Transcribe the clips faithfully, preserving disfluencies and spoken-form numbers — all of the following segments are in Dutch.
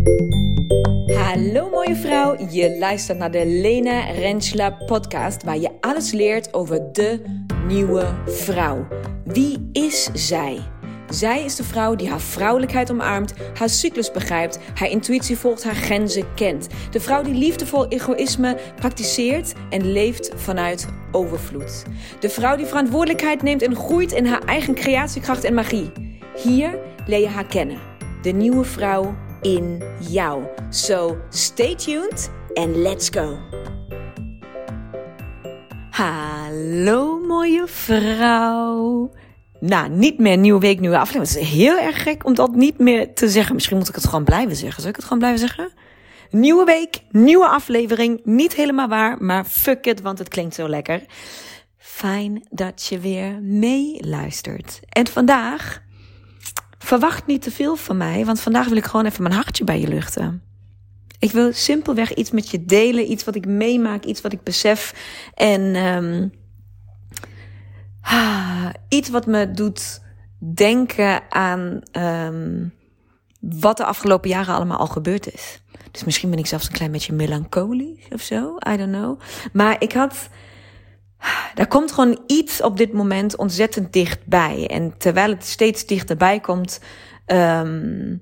Hallo mooie vrouw, je luistert naar de Lena Rentschler podcast waar je alles leert over de nieuwe vrouw. Wie is zij? Zij is de vrouw die haar vrouwelijkheid omarmt, haar cyclus begrijpt, haar intuïtie volgt, haar grenzen kent. De vrouw die liefdevol egoïsme praktiseert en leeft vanuit overvloed. De vrouw die verantwoordelijkheid neemt en groeit in haar eigen creatiekracht en magie. Hier leer je haar kennen. De nieuwe vrouw in jou. So stay tuned and let's go. Hallo mooie vrouw. Nou, niet meer nieuwe week, nieuwe aflevering. Het is heel erg gek om dat niet meer te zeggen. Misschien moet ik het gewoon blijven zeggen. Zal ik het gewoon blijven zeggen? Nieuwe week, nieuwe aflevering. Niet helemaal waar, maar fuck it, want het klinkt zo lekker. Fijn dat je weer meeluistert. En vandaag, verwacht niet te veel van mij, want vandaag wil ik gewoon even mijn hartje bij je luchten. Ik wil simpelweg iets met je delen, iets wat ik meemaak, iets wat ik besef. En um, ah, iets wat me doet denken aan um, wat de afgelopen jaren allemaal al gebeurd is. Dus misschien ben ik zelfs een klein beetje melancholisch of zo, I don't know. Maar ik had, daar komt gewoon iets op dit moment ontzettend dichtbij. En terwijl het steeds dichterbij komt, um,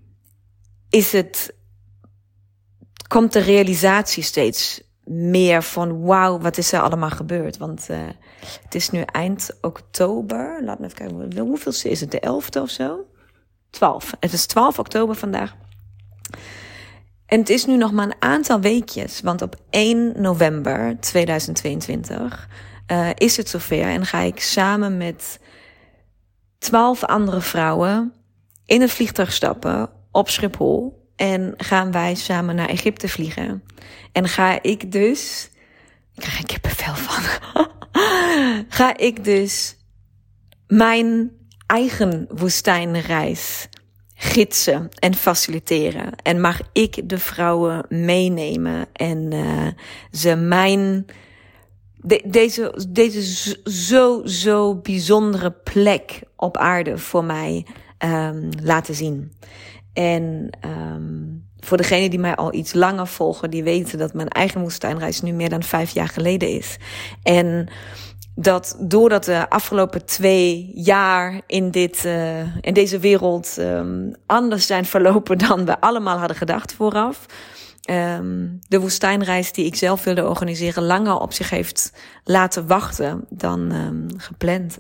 is het, komt de realisatie steeds meer van wauw, wat is er allemaal gebeurd? Want uh, het is nu eind oktober. Laat me even kijken, hoeveelste is het? De elfde of zo? Twaalf. Het is twaalf oktober vandaag. En het is nu nog maar een aantal weekjes, want op één november tweeduizend tweeëntwintig uh, is het zover en ga ik samen met twaalf andere vrouwen in het vliegtuig stappen op Schiphol en gaan wij samen naar Egypte vliegen. En ga ik dus, ik krijg er kippenvel van, ga ik dus mijn eigen woestijnreis gidsen en faciliteren. En mag ik de vrouwen meenemen en uh, ze mijn de, deze, deze zo, zo bijzondere plek op aarde voor mij um, laten zien. En um, voor degenen die mij al iets langer volgen, die weten dat mijn eigen woestijnreis nu meer dan vijf jaar geleden is. En dat doordat de afgelopen twee jaar in dit, uh, in deze wereld um, anders zijn verlopen dan we allemaal hadden gedacht vooraf. Um, de woestijnreis die ik zelf wilde organiseren langer op zich heeft laten wachten dan um, gepland.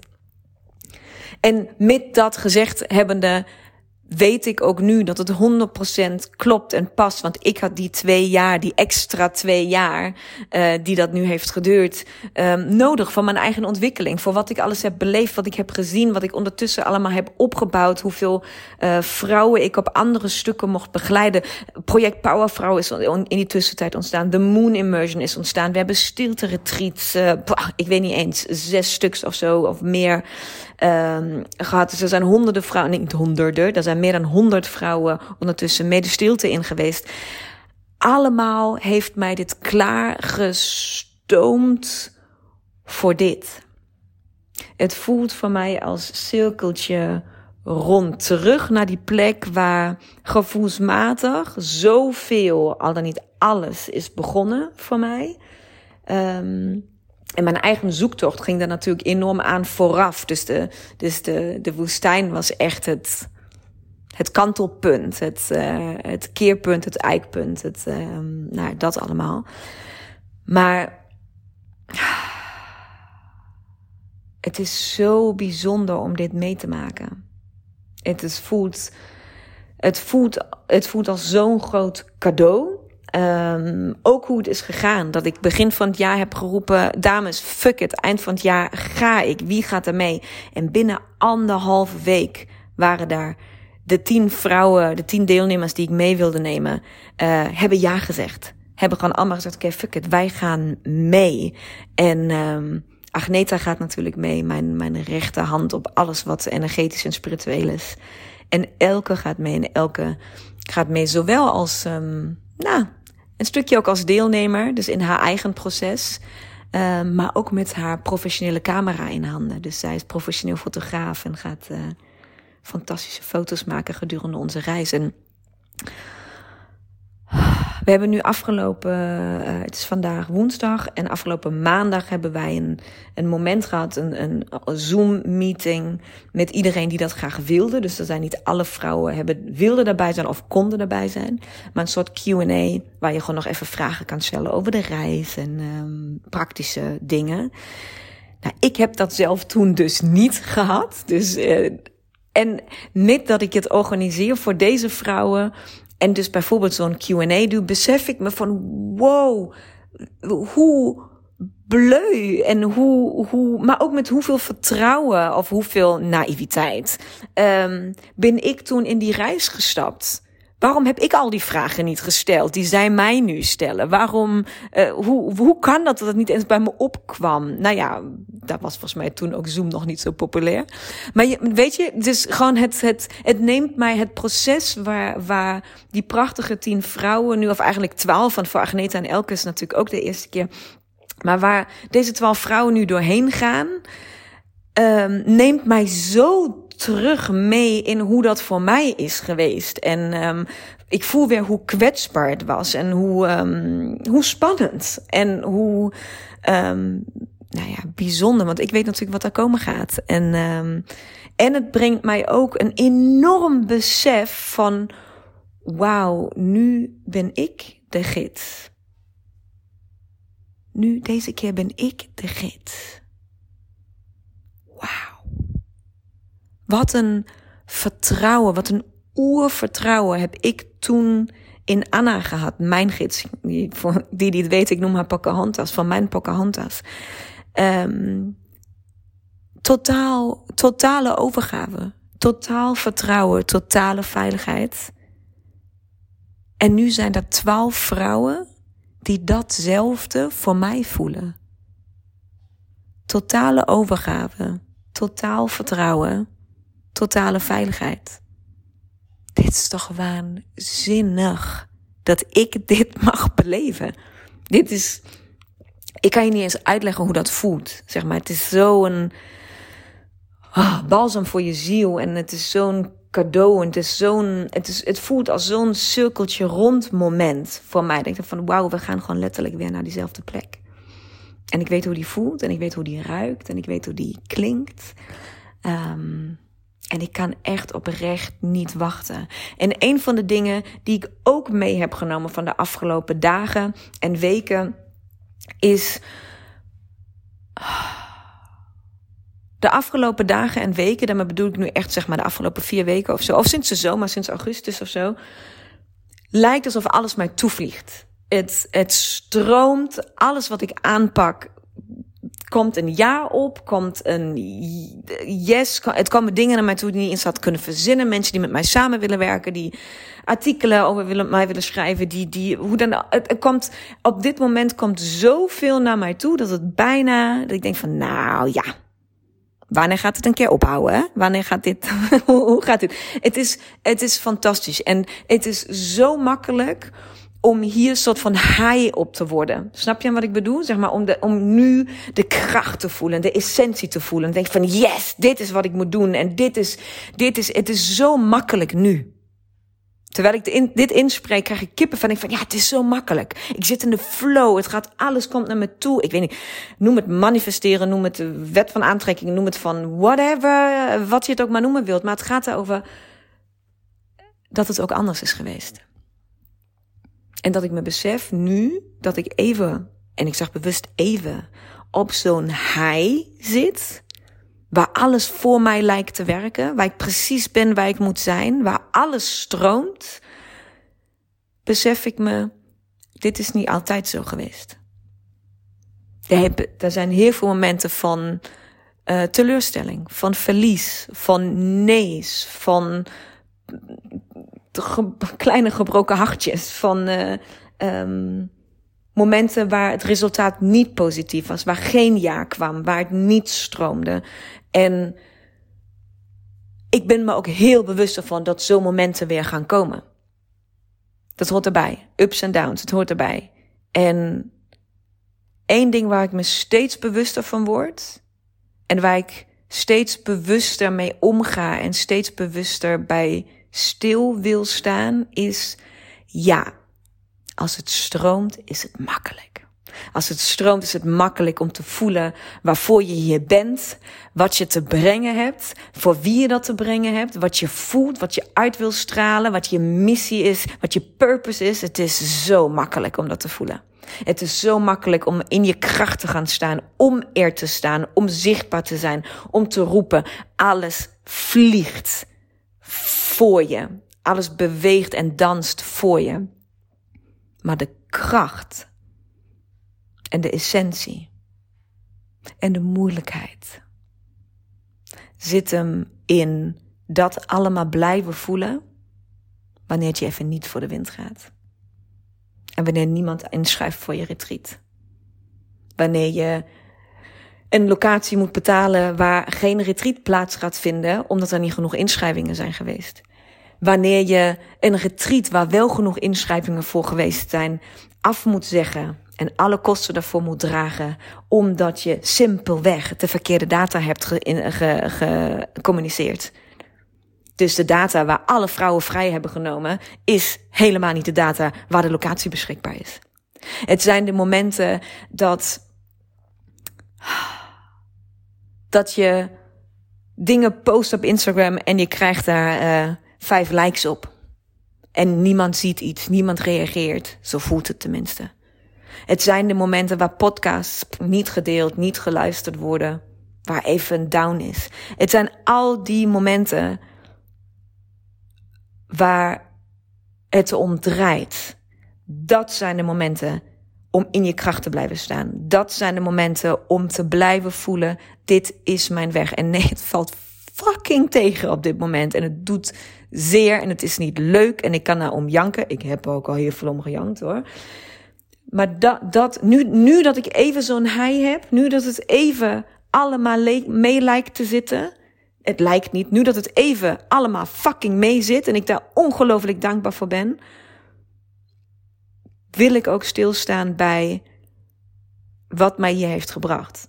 En met dat gezegd hebbende weet ik ook nu dat het honderd procent klopt en past. Want ik had die twee jaar, die extra twee jaar, uh, die dat nu heeft geduurd, um, nodig voor mijn eigen ontwikkeling. Voor wat ik alles heb beleefd, wat ik heb gezien, wat ik ondertussen allemaal heb opgebouwd. Hoeveel uh, vrouwen ik op andere stukken mocht begeleiden. Project Powervrouw is in die tussentijd ontstaan. De Moon Immersion is ontstaan. We hebben stilte retreats, uh, bah, ik weet niet eens, zes stuks of zo, of meer. Um, gehad. Dus er zijn honderden vrouwen, niet honderden, er zijn meer dan honderd vrouwen ondertussen mee de stilte in geweest. Allemaal heeft mij dit klaargestoomd voor dit. Het voelt voor mij als cirkeltje rond, terug naar die plek waar gevoelsmatig zoveel, al dan niet alles, is begonnen voor mij. Um, En mijn eigen zoektocht ging daar natuurlijk enorm aan vooraf. Dus de, dus de, de woestijn was echt het, het kantelpunt, het, uh, het keerpunt, het eikpunt, het, uh, nou, dat allemaal. Maar het is zo bijzonder om dit mee te maken. Het, is, voelt, het, voelt, het voelt als zo'n groot cadeau. Um, ook hoe het is gegaan. Dat ik begin van het jaar heb geroepen, dames, fuck it, eind van het jaar ga ik. Wie gaat er mee? En binnen anderhalve week waren daar de tien vrouwen, de tien deelnemers die ik mee wilde nemen, uh, hebben ja gezegd. Hebben gewoon allemaal gezegd, oké, okay, fuck it, wij gaan mee. En um, Agneta gaat natuurlijk mee, mijn, mijn rechterhand op alles wat energetisch en spiritueel is. En Elke gaat mee en Elke gaat mee zowel als, um, nou, een stukje ook als deelnemer, dus in haar eigen proces. Uh, maar ook met haar professionele camera in handen. Dus zij is professioneel fotograaf en gaat uh, fantastische foto's maken gedurende onze reis. En We hebben nu afgelopen, uh, het is vandaag woensdag en afgelopen maandag hebben wij een, een moment gehad, een, een Zoom-meeting met iedereen die dat graag wilde. Dus er zijn niet alle vrouwen hebben, wilden daarbij zijn of konden daarbij zijn. Maar een soort Q en A waar je gewoon nog even vragen kan stellen over de reis en um, praktische dingen. Nou, ik heb dat zelf toen dus niet gehad. Dus, uh, en net dat ik het organiseer voor deze vrouwen en dus bijvoorbeeld zo'n Q en A doe, besef ik me van wow, hoe bleu en hoe, hoe, maar ook met hoeveel vertrouwen of hoeveel naïviteit um, ben ik toen in die reis gestapt. Waarom heb ik al die vragen niet gesteld die zij mij nu stellen? Waarom, uh, hoe, hoe kan dat dat het niet eens bij me opkwam? Nou ja, dat was volgens mij toen ook Zoom nog niet zo populair. Maar je, weet je, dus gewoon het, het, het neemt mij het proces waar, waar die prachtige tien vrouwen nu, of eigenlijk twaalf, want voor Agneta en Elke is natuurlijk ook de eerste keer, maar waar deze twaalf vrouwen nu doorheen gaan, um, neemt mij zo terug mee in hoe dat voor mij is geweest. En um, ik voel weer hoe kwetsbaar het was en hoe, um, hoe spannend en hoe um, nou ja, bijzonder, want ik weet natuurlijk wat er komen gaat. En, um, en het brengt mij ook een enorm besef van wauw, nu ben ik de gids. Nu, deze keer ben ik de gids. Wauw. Wat een vertrouwen, wat een oervertrouwen heb ik toen in Anna gehad. Mijn gids, die, voor die die het weet, ik noem haar Pocahontas, van mijn Pocahontas. Um, totaal, totale overgave, totaal vertrouwen, totale veiligheid. En nu zijn er twaalf vrouwen die datzelfde voor mij voelen. Totale overgave, totaal vertrouwen, totale veiligheid. Dit is toch waanzinnig dat ik dit mag beleven. Dit is, ik kan je niet eens uitleggen hoe dat voelt. Zeg maar, het is zo'n oh, balsem voor je ziel en het is zo'n cadeau en het is zo'n, het is, het voelt als zo'n cirkeltje rond moment voor mij. Ik denk van wauw, we gaan gewoon letterlijk weer naar diezelfde plek. En ik weet hoe die voelt en ik weet hoe die ruikt en ik weet hoe die klinkt. Um, En ik kan echt oprecht niet wachten. En een van de dingen die ik ook mee heb genomen van de afgelopen dagen en weken is de afgelopen dagen en weken, daarmee bedoel ik nu echt zeg maar de afgelopen vier weken of zo, of sinds de zomer, sinds augustus of zo, lijkt alsof alles mij toevliegt. Het, het stroomt, alles wat ik aanpak, komt een ja op, komt een yes, het komen dingen naar mij toe die ik niet eens had kunnen verzinnen. Mensen die met mij samen willen werken, die artikelen over willen, mij willen schrijven, die, die, hoe dan, het, het komt, op dit moment komt zoveel naar mij toe, dat het bijna, dat ik denk van, nou ja, wanneer gaat het een keer ophouden, hè? Wanneer gaat dit, hoe gaat dit? Het is, het is fantastisch en het is zo makkelijk om hier een soort van high op te worden. Snap je wat ik bedoel? Zeg maar, om, de, om nu de kracht te voelen, de essentie te voelen. En denk van, yes, dit is wat ik moet doen. En dit is, dit is, het is zo makkelijk nu. Terwijl ik in, dit inspreek, krijg ik kippen van, ik van, ja, het is zo makkelijk. Ik zit in de flow, het gaat, alles komt naar me toe. Ik weet niet, noem het manifesteren, noem het de wet van aantrekking, noem het van whatever, wat je het ook maar noemen wilt. Maar het gaat erover dat het ook anders is geweest. En dat ik me besef nu dat ik even, en ik zeg bewust even, op zo'n high zit, waar alles voor mij lijkt te werken, waar ik precies ben waar ik moet zijn, waar alles stroomt, besef ik me, dit is niet altijd zo geweest. Er zijn heel veel momenten van uh, teleurstelling, van verlies, van nee's, van Ge- kleine gebroken hartjes, van uh, um, momenten waar het resultaat niet positief was, waar geen ja kwam, waar het niet stroomde. En ik ben me ook heel bewust ervan dat zo'n momenten weer gaan komen. Dat hoort erbij. Ups en downs, het hoort erbij. En één ding waar ik me steeds bewuster van word, en waar ik steeds bewuster mee omga en steeds bewuster bij stil wil staan, is ja, Als het stroomt, is het makkelijk. Als het stroomt, is het makkelijk om te voelen waarvoor je hier bent, wat je te brengen hebt, voor wie je dat te brengen hebt, wat je voelt, wat je uit wil stralen, wat je missie is, wat je purpose is. Het is zo makkelijk om dat te voelen. Het is zo makkelijk om in je kracht te gaan staan, om er te staan, om zichtbaar te zijn, om te roepen. Alles vliegt voor je. Alles beweegt en danst voor je. Maar de kracht en de essentie en de moeilijkheid zit hem in dat allemaal blijven voelen wanneer het je even niet voor de wind gaat. En wanneer niemand inschrijft voor je retreat. Wanneer je een locatie moet betalen waar geen retreat plaats gaat vinden, omdat er niet genoeg inschrijvingen zijn geweest. Wanneer je een retreat waar wel genoeg inschrijvingen voor geweest zijn, af moet zeggen en alle kosten daarvoor moet dragen, omdat je simpelweg de verkeerde data hebt gecommuniceerd. Ge, ge, Dus de data waar alle vrouwen vrij hebben genomen, is helemaal niet de data waar de locatie beschikbaar is. Het zijn de momenten dat, dat je dingen post op Instagram en je krijgt daar uh, vijf likes op. En niemand ziet iets, niemand reageert. Zo voelt het tenminste. Het zijn de momenten waar podcasts niet gedeeld, niet geluisterd worden, waar even een down is. Het zijn al die momenten waar het om draait. Dat zijn de momenten om in je kracht te blijven staan. Dat zijn de momenten om te blijven voelen, dit is mijn weg. En nee, het valt fucking tegen op dit moment. En het doet zeer en het is niet leuk. En ik kan daar om janken. Ik heb ook al heel veel om gejankt hoor. Maar dat, dat nu, nu dat ik even zo'n high heb, nu dat het even allemaal le- mee lijkt te zitten. Het lijkt niet. Nu dat het even allemaal fucking mee zit en ik daar ongelooflijk dankbaar voor ben, wil ik ook stilstaan bij wat mij hier heeft gebracht.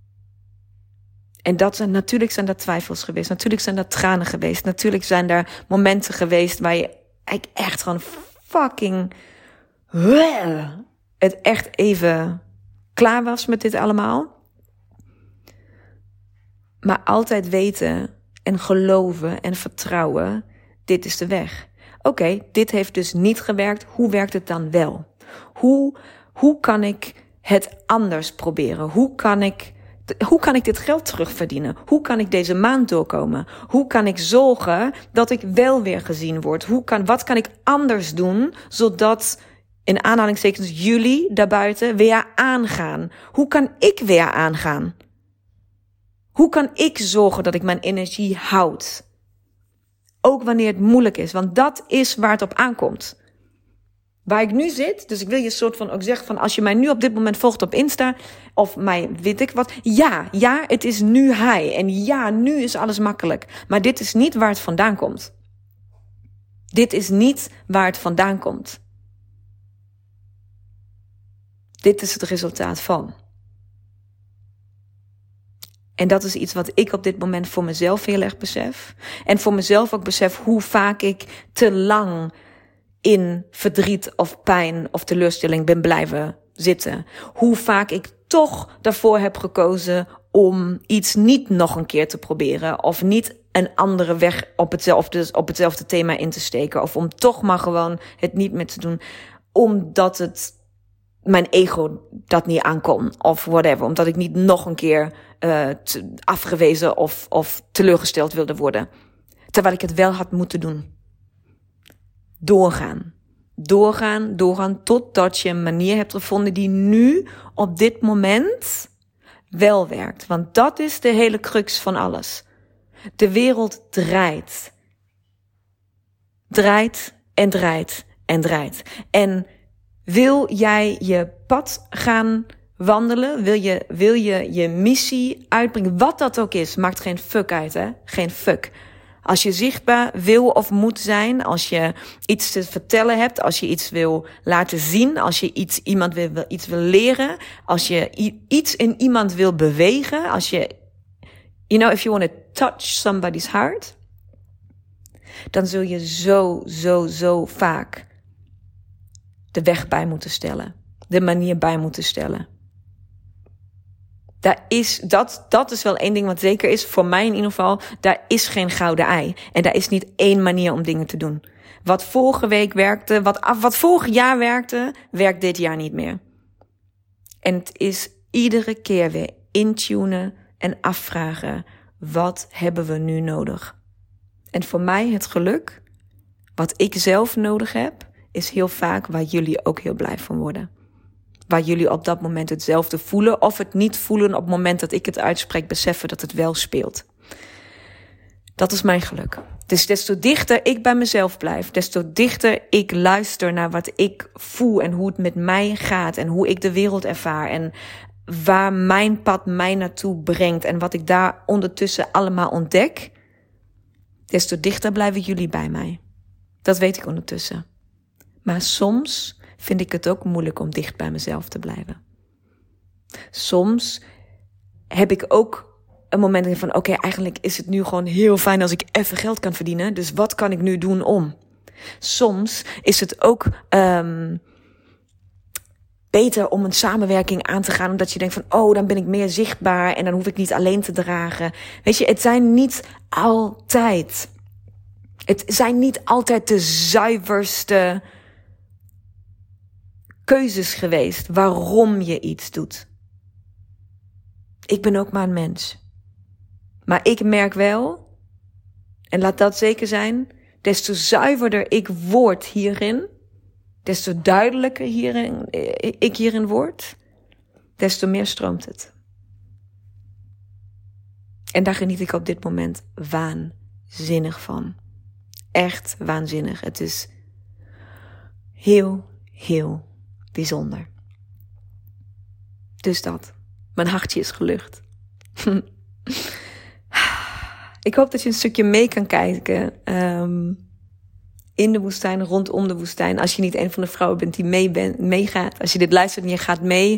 En dat zijn, natuurlijk zijn er twijfels geweest. Natuurlijk zijn er tranen geweest. Natuurlijk zijn er momenten geweest waar je eigenlijk echt gewoon fucking het echt even klaar was met dit allemaal. Maar altijd weten en geloven en vertrouwen, dit is de weg. Oké, okay, dit heeft dus niet gewerkt. Hoe werkt het dan wel? Hoe, hoe kan ik het anders proberen? Hoe kan ik, hoe kan ik dit geld terugverdienen? Hoe kan ik deze maand doorkomen? Hoe kan ik zorgen dat ik wel weer gezien word? Hoe kan, wat kan ik anders doen, zodat in aanhalingstekens jullie daarbuiten weer aangaan? Hoe kan ik weer aangaan? Hoe kan ik zorgen dat ik mijn energie houd? Ook wanneer het moeilijk is, want dat is waar het op aankomt. Waar ik nu zit, dus ik wil je soort van ook zeggen van als je mij nu op dit moment volgt op Insta of mij weet ik wat. Ja, ja, het is nu high en ja, nu is alles makkelijk. Maar dit is niet waar het vandaan komt. Dit is niet waar het vandaan komt. Dit is het resultaat van. En dat is iets wat ik op dit moment voor mezelf heel erg besef. En voor mezelf ook besef hoe vaak ik te lang in verdriet of pijn of teleurstelling ben blijven zitten. Hoe vaak ik toch daarvoor heb gekozen om iets niet nog een keer te proberen. Of niet een andere weg op hetzelfde, op hetzelfde thema in te steken. Of om toch maar gewoon het niet meer te doen. Omdat het mijn ego dat niet aankon. Of whatever. Omdat ik niet nog een keer uh, te, afgewezen of, of teleurgesteld wilde worden. Terwijl ik het wel had moeten doen. Doorgaan. Doorgaan, doorgaan. Totdat je een manier hebt gevonden die nu op dit moment wel werkt. Want dat is de hele crux van alles. De wereld draait. Draait en draait en draait. En wil jij je pad gaan wandelen? Wil je, wil je je missie uitbrengen? Wat dat ook is, maakt geen fuck uit, hè? Geen fuck. Als je zichtbaar wil of moet zijn, als je iets te vertellen hebt, als je iets wil laten zien, als je iets, iemand wil, iets wil leren, als je iets in iemand wil bewegen, als je, you know, if you want to touch somebody's heart, dan zul je zo, zo, zo vaak de weg bij moeten stellen. De manier bij moeten stellen. Daar is, dat, dat is wel één ding wat zeker is, voor mij in ieder geval, daar is geen gouden ei. En daar is niet één manier om dingen te doen. Wat vorige week werkte, wat, wat vorig jaar werkte, werkt dit jaar niet meer. En het is iedere keer weer intunen en afvragen, wat hebben we nu nodig? En voor mij het geluk, wat ik zelf nodig heb, is heel vaak waar jullie ook heel blij van worden. Waar jullie op dat moment hetzelfde voelen of het niet voelen op het moment dat ik het uitspreek, beseffen dat het wel speelt. Dat is mijn geluk. Dus des te dichter ik bij mezelf blijf, des te dichter ik luister naar wat ik voel en hoe het met mij gaat en hoe ik de wereld ervaar en waar mijn pad mij naartoe brengt en wat ik daar ondertussen allemaal ontdek, des te dichter blijven jullie bij mij. Dat weet ik ondertussen. Maar soms vind ik het ook moeilijk om dicht bij mezelf te blijven. Soms heb ik ook een moment van, oké, okay, eigenlijk is het nu gewoon heel fijn als ik even geld kan verdienen. Dus wat kan ik nu doen om? Soms is het ook um, beter om een samenwerking aan te gaan, omdat je denkt van, oh, dan ben ik meer zichtbaar en dan hoef ik niet alleen te dragen. Weet je, het zijn niet altijd, het zijn niet altijd de zuiverste keuzes geweest waarom je iets doet. Ik ben ook maar een mens. Maar ik merk wel, en laat dat zeker zijn, des te zuiverder ik word hierin, des te duidelijker hierin, ik hierin word, des te meer stroomt het. En daar geniet ik op dit moment waanzinnig van. Echt waanzinnig. Het is heel, heel bijzonder. Dus dat. Mijn hartje is gelucht. Ik hoop dat je een stukje mee kan kijken. Um, in de woestijn, rondom de woestijn. Als je niet een van de vrouwen bent die mee ben, meegaat. Als je dit luistert en je gaat mee.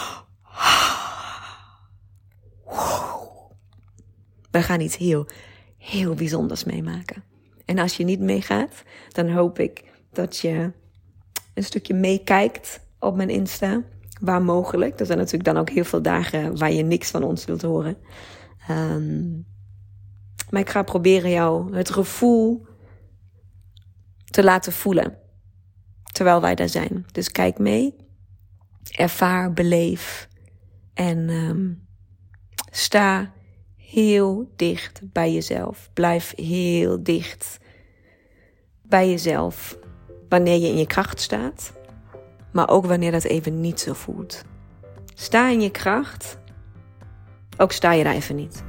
We gaan iets heel, heel bijzonders meemaken. En als je niet meegaat, dan hoop ik dat je een stukje meekijkt op mijn Insta. Waar mogelijk. Er zijn natuurlijk dan ook heel veel dagen waar je niks van ons wilt horen. Um, maar ik ga proberen jou het gevoel te laten voelen. Terwijl wij daar zijn. Dus kijk mee. Ervaar, beleef. En um, sta heel dicht bij jezelf. Blijf heel dicht bij jezelf. Wanneer je in je kracht staat. Maar ook wanneer dat even niet zo voelt. Sta in je kracht. Ook sta je daar even niet.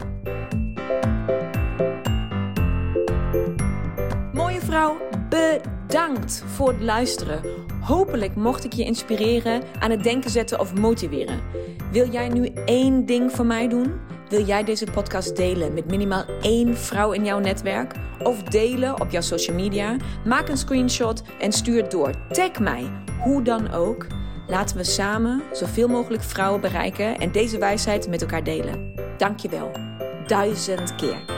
Mooie vrouw, bedankt voor het luisteren. Hopelijk mocht ik je inspireren, aan het denken zetten of motiveren. Wil jij nu één ding voor mij doen? Wil jij deze podcast delen met minimaal één vrouw in jouw netwerk? Of delen op jouw social media? Maak een screenshot en stuur het door. Tag mij, hoe dan ook. Laten we samen zoveel mogelijk vrouwen bereiken en deze wijsheid met elkaar delen. Dank je wel. Duizend keer.